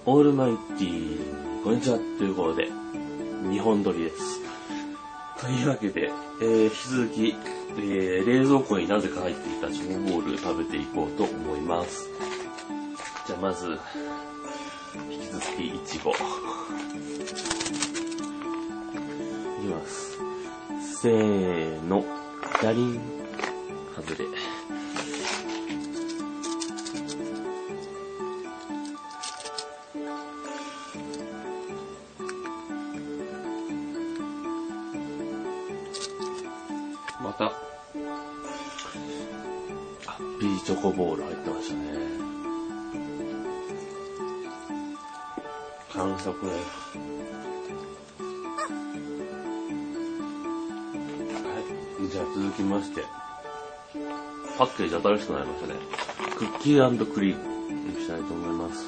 オールマイティー、こんにちは。ということで、2本撮りです。というわけで、引き続き、冷蔵庫になぜか入っていたチョコボール食べていこうと思います。じゃあまず、引き続きいちご。いきます。せーの、ダリン、外れ。また、ハッピーチョコボール入ってましたね。完食です。はい。じゃあ続きまして、パッケージ新しくなりましたね。クッキー&クリームにしたいと思います。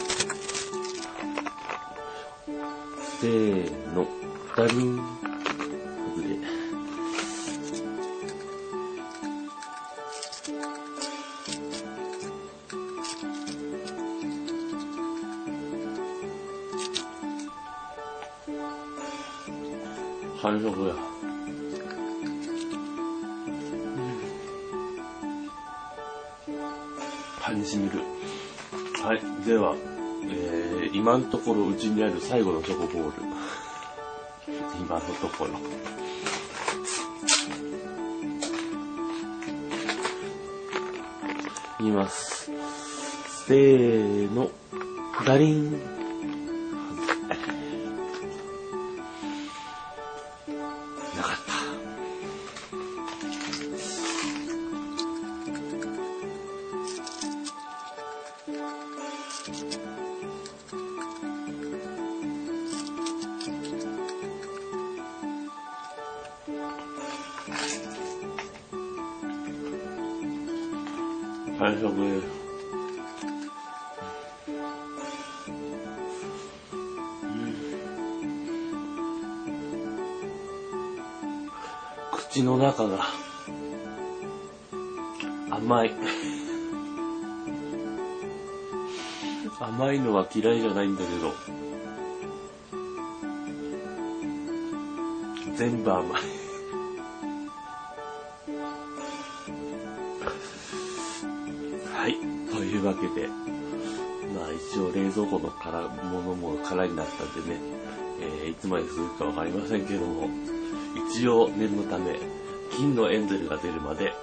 せーの、ダリン、外れ。完食や。歯にしみる。はい。では、今のところうちにある最後のチョコボール。今のところ。言います。せーの、ダリン。なかった。完食です。口の中が甘い。甘いのは嫌いじゃないんだけど、全部甘い。はい。というわけで、まあ一応冷蔵庫のものも空になったんでね、いつまで続くかわかりませんけども、一応念のため、金のエンゼルが出るまで